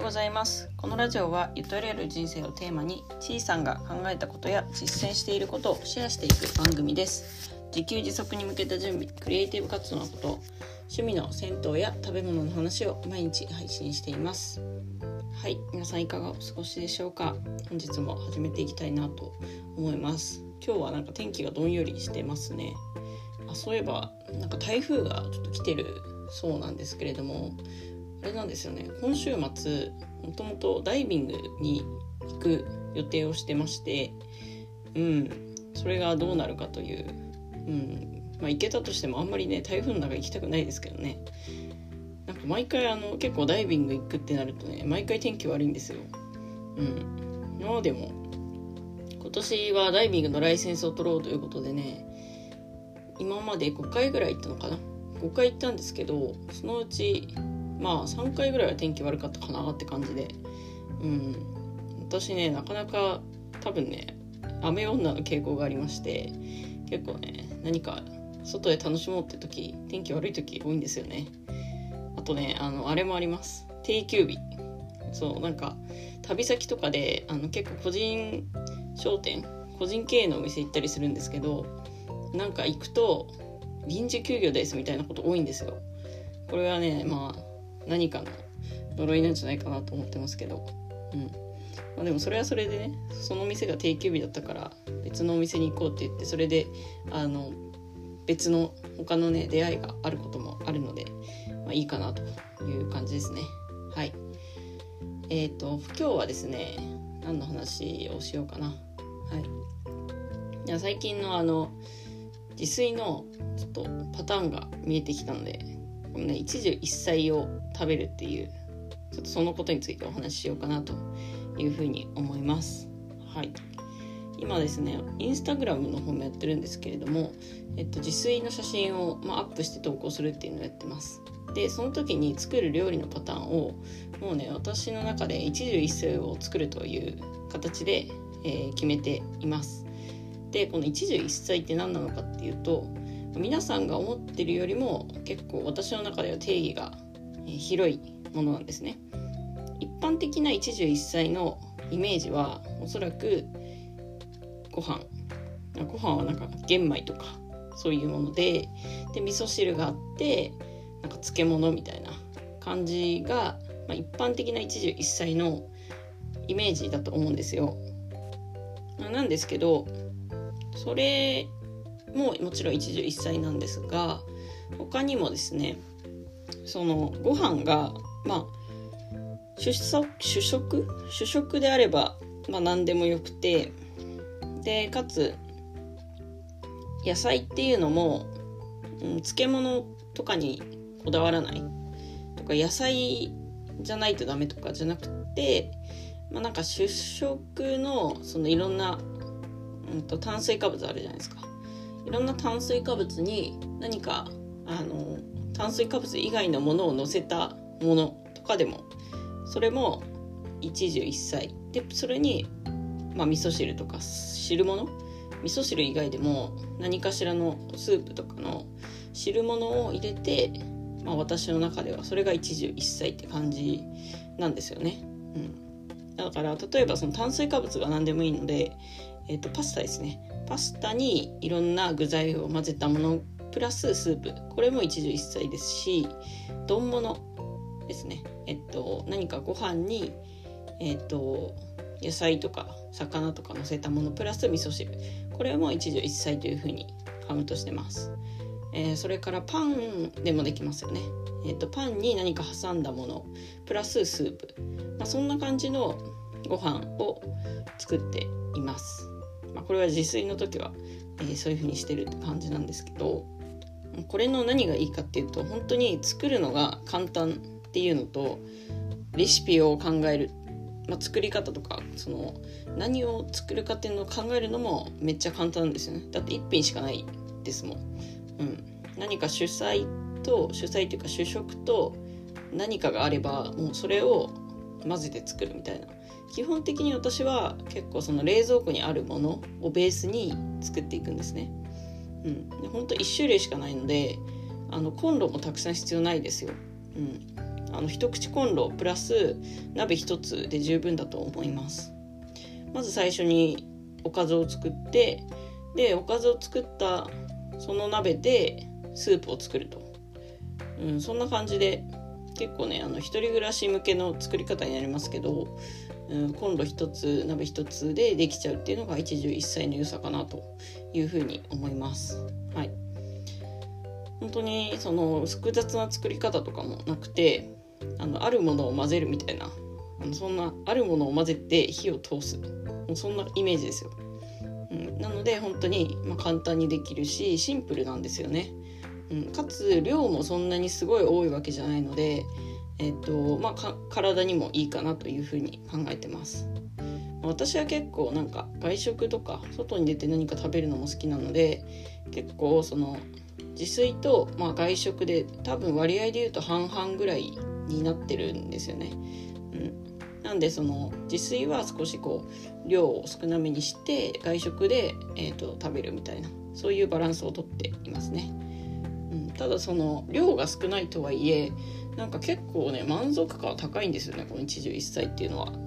ございます。このラジオはゆとりある人生をテーマに、ちいさんが考えたことや実践していることをシェアしていく番組です。自給自足に向けた準備、クリエイティブ活動のこと、趣味の銭湯や食べ物の話を毎日配信しています。はい、皆さんいかがお過ごしでしょうか。本日も始めていきたいなと思います。今日は天気がどんよりしてますね。そういえば台風がちょっと来てるそうなんですけれども、あれなんですよね。今週末もともとダイビングに行く予定をしてまして、それがどうなるかという、行けたとしてもあんまりね、台風の中行きたくないですけどね。毎回結構ダイビング行くってなるとね、毎回天気悪いんですよ。今までも今年はダイビングのライセンスを取ろうということでね、今まで5回ぐらい行ったのかな。5回行ったんですけど、そのうち3回ぐらいは天気悪かったかなって感じで、私ね、なかなか多分ね、雨女の傾向がありまして、結構ね、何か外で楽しもうって時、天気悪い時多いんですよね。あとね、あれもあります。定休日。旅先とかで結構個人商店、個人経営のお店行ったりするんですけど、行くと臨時休業ですみたいなこと多いんですよ。これはね、何かの呪いなんじゃないかなと思ってますけど、でもそれはそれでね、その店が定休日だったから別のお店に行こうって言って、それで別の他のね出会いがあることもあるので、いいかなという感じですね。はい。今日はですね、何の話をしようかな。はい。最近の自炊のちょっとパターンが見えてきたので、このね、一汁一菜を食べるっていう、ちょっとそのことについてお話ししようかなというふうに思います。はい。今ですね、インスタグラムの方もやってるんですけれども、自炊の写真を、アップして投稿するっていうのをやってます。で、その時に作る料理のパターンをもうね、私の中で一汁一菜を作るという形で、決めています。で、この一汁一菜って何なのかっていうと、皆さんが思ってるよりも結構私の中では定義が広いものなんですね。一般的な一汁一菜のイメージは、おそらくご飯は玄米とかそういうもので、味噌汁があって、漬物みたいな感じが、一般的な一汁一菜のイメージだと思うんですよ。なんですけど、それももちろん一汁一菜なんですが、他にもですね、そのご飯が主食であれば何でもよくて、でかつ野菜っていうのも、漬物とかにこだわらないとか、野菜じゃないとダメとかじゃなくて、主食のそのいろんな、炭水化物あるじゃないですか。いろんな炭水化物に何か炭水化物以外のものを乗せたものとかでも、それも一汁一菜で、それに味噌汁とか汁物、味噌汁以外でも何かしらのスープとかの汁物を入れて、私の中ではそれが一汁一菜って感じなんですよね。だから例えばその炭水化物が何でもいいので、パスタですね。パスタにいろんな具材を混ぜたものプラススープ、これも一汁一菜ですし、丼物ですね。何かご飯に野菜とか魚とか乗せたものプラス味噌汁、これも一汁一菜というふうにカウントしてます。それからパンでもできますよね。パンに何か挟んだものプラススープ、そんな感じのご飯を作っています。これは自炊の時は、そういう風にしてるって感じなんですけど、これの何がいいかっていうと、本当に作るのが簡単っていうのと、レシピを考える、作り方とかその何を作るかっていうのを考えるのもめっちゃ簡単なんですよね。だって一品しかないですもん。何か主菜というか主食と何かがあれば、もうそれを混ぜて作るみたいな。基本的に私は結構その冷蔵庫にあるものをベースに作っていくんですね。で本当1種類しかないので、コンロもたくさん必要ないですよ。 一口コンロプラス鍋一つで十分だと思います。まず最初におかずを作って、でおかずを作ったその鍋でスープを作ると、そんな感じで結構ね一人暮らし向けの作り方になりますけど、コンロ一つ鍋一つでできちゃうっていうのが一汁一菜の良さかなというふうに思います。はい、本当にその複雑な作り方とかもなくて、あるものを混ぜるみたいな、そんなあるものを混ぜて火を通す、そんなイメージですよ。なので本当に簡単にできるしシンプルなんですよね。かつ量もそんなにすごい多いわけじゃないので、体にもいいかなというふうに考えてます。私は結構外食とか外に出て何か食べるのも好きなので、結構その自炊と、外食で多分割合で言うと半々ぐらいになってるんですよね。なんでその自炊は少し量を少なめにして外食で、食べるみたいな、そういうバランスをとっていますね。ただその量が少ないとはいえ結構ね満足感は高いんですよね、この一汁一菜っていうのは。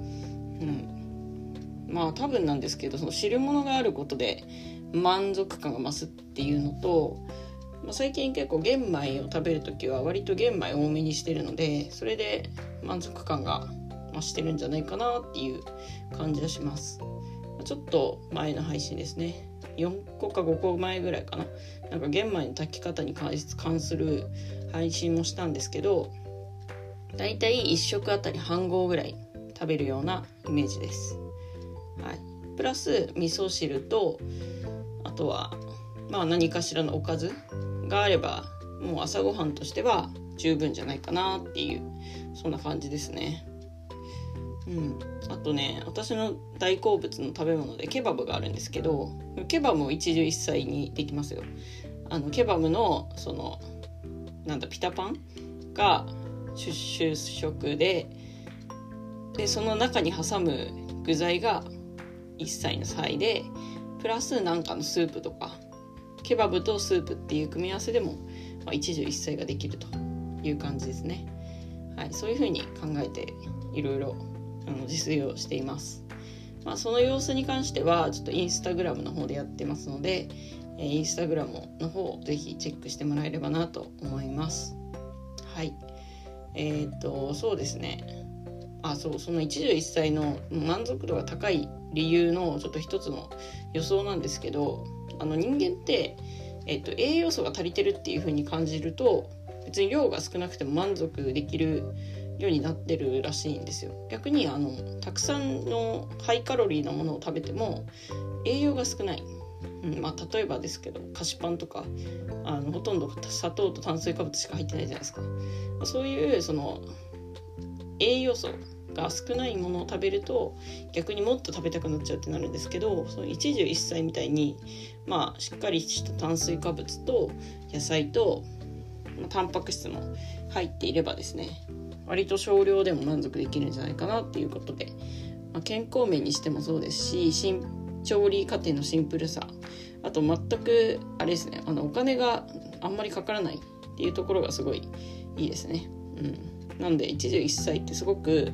多分なんですけど、その汁物があることで満足感が増すっていうのと、最近結構玄米を食べるときは割と玄米多めにしてるので、それで満足感が増してるんじゃないかなっていう感じがします。ちょっと前の配信ですね、4個か5個前ぐらいかな、玄米の炊き方に関する配信もしたんですけど、だいたい1食あたり半合ぐらい食べるようなイメージです。はい、プラス味噌汁と、あとは何かしらのおかずがあればもう朝ごはんとしては十分じゃないかなっていう、そんな感じですね。あとね、私の大好物の食べ物でケバブがあるんですけど、ケバブも一汁一菜にできますよ。ケバブのそのピタパンが主食で、その中に挟む具材が一菜の菜で、プラスなんかのスープとか、ケバブとスープっていう組み合わせでも、一汁一菜ができるという感じですね。はい、そういう風に考えていろいろ自炊をしています。その様子に関してはちょっとインスタグラムの方でやってますので、インスタグラムの方をぜひチェックしてもらえればなと思います。はい、そうですね。その一汁一菜の満足度が高い理由のちょっと一つの予想なんですけど、人間って、栄養素が足りてるっていう風に感じると、別に量が少なくても満足できるようになってるらしいんですよ。逆にたくさんのハイカロリーなものを食べても栄養が少ない、例えばですけど菓子パンとかほとんど砂糖と炭水化物しか入ってないじゃないですか。そういうその栄養素が少ないものを食べると逆にもっと食べたくなっちゃうってなるんですけど、その一汁一菜みたいにしっかりした炭水化物と野菜とタンパク質も入っていればですね、割と少量でも満足できるんじゃないかなっていうことで、健康面にしてもそうですし、調理過程のシンプルさ、あと全くあれですね、お金があんまりかからないっていうところがすごいいいですね。なんで一汁一菜ってすごく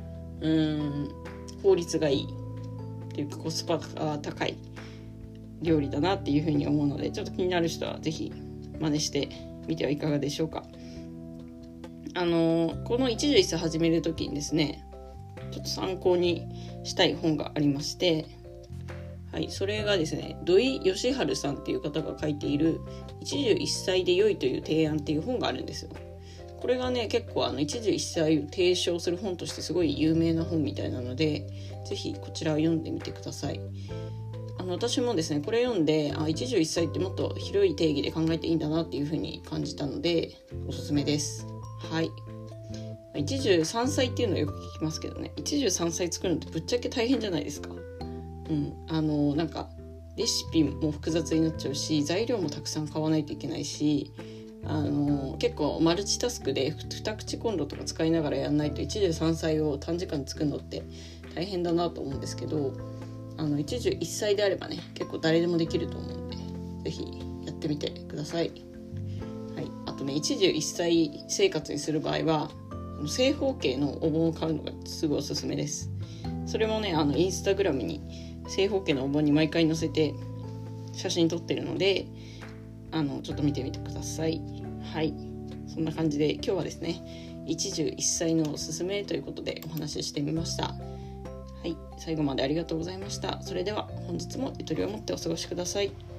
効率がいいっていうかコスパが高い料理だなっていうふうに思うので、ちょっと気になる人はぜひ真似してみてはいかがでしょうか。この一汁一菜始めるときにですね、ちょっと参考にしたい本がありまして、はい、それがですね、土井善晴さんっていう方が書いている一汁一菜で良いという提案っていう本があるんですよ。これがね、結構一汁一菜を提唱する本としてすごい有名な本みたいなので、ぜひこちらを読んでみてください。私もですね、これ読んで一汁一菜ってもっと広い定義で考えていいんだなっていう風に感じたのでおすすめです。はい、一汁三菜っていうのをよく聞きますけどね、一汁三菜作るのってぶっちゃけ大変じゃないですか。レシピも複雑になっちゃうし、材料もたくさん買わないといけないし、結構マルチタスクで二口コンロとか使いながらやんないと一汁三菜を短時間に作るのって大変だなと思うんですけど、一汁一菜であればね、結構誰でもできると思うんで、ぜひやってみてください。はい、あとね、一汁一菜生活にする場合は正方形のお盆を買うのがすごいおすすめです。それもねインスタグラムに正方形のお盆に毎回載せて写真撮ってるのでちょっと見てみてください。はい、そんな感じで今日はですね一汁一菜のおすすめということでお話ししてみました。はい、最後までありがとうございました。それでは本日もゆとりを持ってお過ごしください。